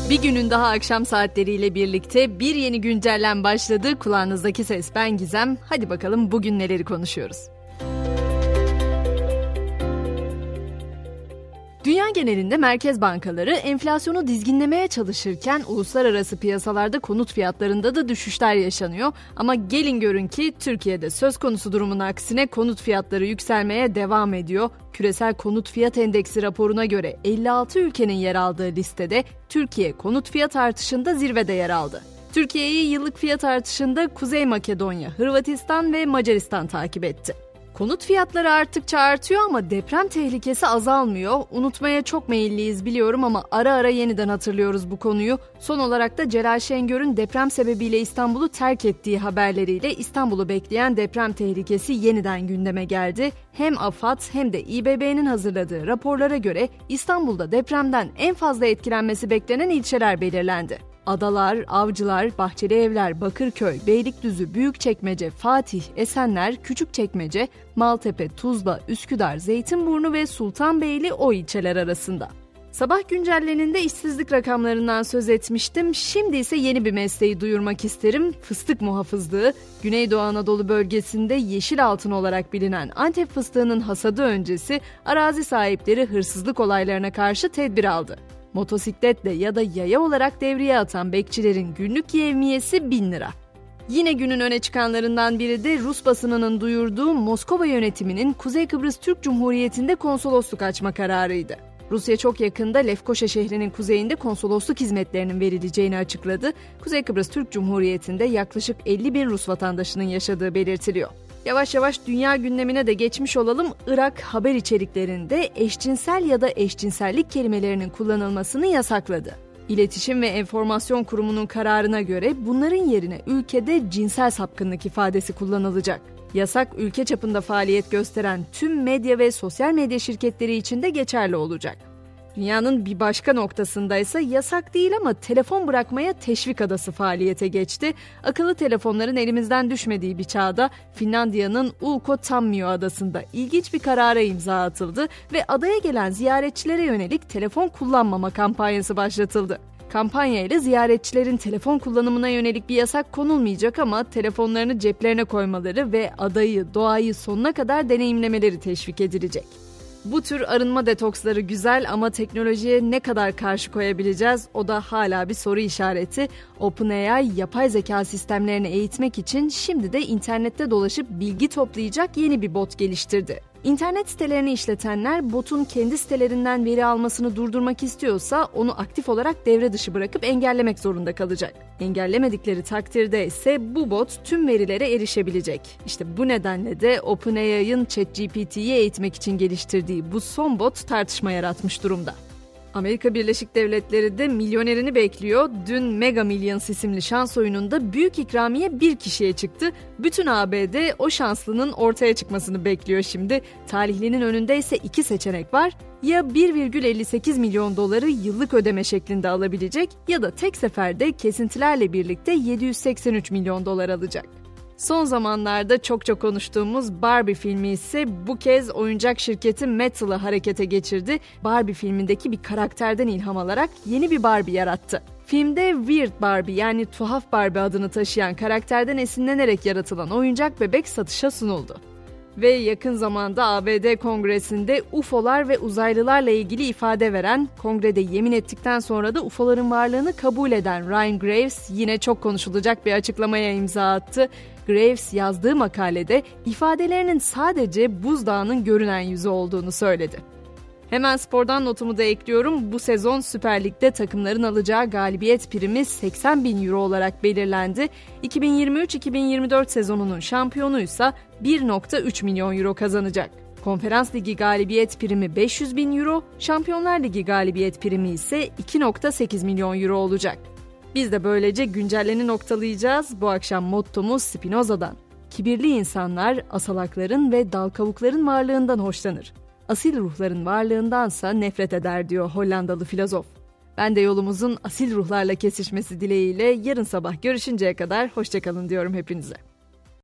Bir günün daha akşam saatleriyle birlikte bir yeni güncellen başladı. Kulağınızdaki ses ben Gizem. Hadi bakalım bugün neleri konuşuyoruz. Dünya genelinde merkez bankaları enflasyonu dizginlemeye çalışırken uluslararası piyasalarda konut fiyatlarında da düşüşler yaşanıyor. Ama gelin görün ki Türkiye'de söz konusu durumun aksine konut fiyatları yükselmeye devam ediyor. Küresel Konut Fiyat Endeksi raporuna göre 56 ülkenin yer aldığı listede Türkiye konut fiyat artışında zirvede yer aldı. Türkiye'yi yıllık fiyat artışında Kuzey Makedonya, Hırvatistan ve Macaristan takip etti. Konut fiyatları arttıkça artıyor ama deprem tehlikesi azalmıyor. Unutmaya çok meyilliyiz biliyorum ama ara ara yeniden hatırlıyoruz bu konuyu. Son olarak da Celal Şengör'ün deprem sebebiyle İstanbul'u terk ettiği haberleriyle İstanbul'u bekleyen deprem tehlikesi yeniden gündeme geldi. Hem AFAD hem de İBB'nin hazırladığı raporlara göre İstanbul'da depremden en fazla etkilenmesi beklenen ilçeler belirlendi. Adalar, Avcılar, Bahçelievler, Bakırköy, Beylikdüzü, Büyükçekmece, Fatih, Esenler, Küçükçekmece, Maltepe, Tuzla, Üsküdar, Zeytinburnu ve Sultanbeyli o ilçeler arasında. Sabah güncelleninde işsizlik rakamlarından söz etmiştim. Şimdi ise yeni bir mesleği duyurmak isterim. Fıstık muhafızlığı. Güneydoğu Anadolu bölgesinde yeşil altın olarak bilinen Antep fıstığının hasadı öncesi arazi sahipleri hırsızlık olaylarına karşı tedbir aldı. Motosikletle ya da yaya olarak devreye atan bekçilerin günlük yevmiyesi 1000 lira. Yine günün öne çıkanlarından biri de Rus basınının duyurduğu Moskova yönetiminin Kuzey Kıbrıs Türk Cumhuriyeti'nde konsolosluk açma kararıydı. Rusya çok yakında Lefkoşa şehrinin kuzeyinde konsolosluk hizmetlerinin verileceğini açıkladı. Kuzey Kıbrıs Türk Cumhuriyeti'nde yaklaşık 50 bin Rus vatandaşının yaşadığı belirtiliyor. Yavaş yavaş dünya gündemine de geçmiş olalım. Irak haber içeriklerinde eşcinsel ya da eşcinsellik kelimelerinin kullanılmasını yasakladı. İletişim ve Enformasyon Kurumu'nun kararına göre bunların yerine ülkede cinsel sapkınlık ifadesi kullanılacak. Yasak ülke çapında faaliyet gösteren tüm medya ve sosyal medya şirketleri için de geçerli olacak. Dünyanın bir başka noktasında ise yasak değil ama telefon bırakmaya teşvik adası faaliyete geçti. Akıllı telefonların elimizden düşmediği bir çağda Finlandiya'nın Ulkotammio adasında ilginç bir karara imza atıldı ve adaya gelen ziyaretçilere yönelik telefon kullanmama kampanyası başlatıldı. Kampanya ile ziyaretçilerin telefon kullanımına yönelik bir yasak konulmayacak ama telefonlarını ceplerine koymaları ve adayı, doğayı sonuna kadar deneyimlemeleri teşvik edilecek. Bu tür arınma detoksları güzel ama teknolojiye ne kadar karşı koyabileceğiz o da hala bir soru işareti. OpenAI yapay zeka sistemlerini eğitmek için şimdi de internette dolaşıp bilgi toplayacak yeni bir bot geliştirdi. İnternet sitelerini işletenler botun kendi sitelerinden veri almasını durdurmak istiyorsa onu aktif olarak devre dışı bırakıp engellemek zorunda kalacak. Engellemedikleri takdirde ise bu bot tüm verilere erişebilecek. İşte bu nedenle de OpenAI'ın ChatGPT'yi eğitmek için geliştirdiği bu son bot tartışma yaratmış durumda. Amerika Birleşik Devletleri de milyonerini bekliyor. Dün Mega Millions isimli şans oyununda büyük ikramiye bir kişiye çıktı. Bütün ABD o şanslının ortaya çıkmasını bekliyor şimdi. Talihlinin önünde ise 2 seçenek var. Ya 1,58 milyon doları yıllık ödeme şeklinde alabilecek ya da tek seferde kesintilerle birlikte 783 milyon dolar alacak. Son zamanlarda çok konuştuğumuz Barbie filmi ise bu kez oyuncak şirketi Mattel'ı harekete geçirdi. Barbie filmindeki bir karakterden ilham alarak yeni bir Barbie yarattı. Filmde Weird Barbie yani tuhaf Barbie adını taşıyan karakterden esinlenerek yaratılan oyuncak bebek satışa sunuldu. Ve yakın zamanda ABD Kongresi'nde UFO'lar ve uzaylılarla ilgili ifade veren, kongrede yemin ettikten sonra da UFO'ların varlığını kabul eden Ryan Graves yine çok konuşulacak bir açıklamaya imza attı. Graves yazdığı makalede ifadelerinin sadece buzdağının görünen yüzü olduğunu söyledi. Hemen spordan notumu da ekliyorum. Bu sezon Süper Lig'de takımların alacağı galibiyet primi 80 bin euro olarak belirlendi. 2023-2024 sezonunun şampiyonuysa 1,3 milyon euro kazanacak. Konferans Ligi galibiyet primi 500 bin euro, Şampiyonlar Ligi galibiyet primi ise 2,8 milyon euro olacak. Biz de böylece güncelleni noktalayacağız. Bu akşam mottomuz Spinoza'dan. Kibirli insanlar asalakların ve dal kavukların varlığından hoşlanır. Asil ruhların varlığındansa nefret eder diyor Hollandalı filozof. Ben de yolumuzun asil ruhlarla kesişmesi dileğiyle yarın sabah görüşünceye kadar hoşça kalın diyorum hepinize.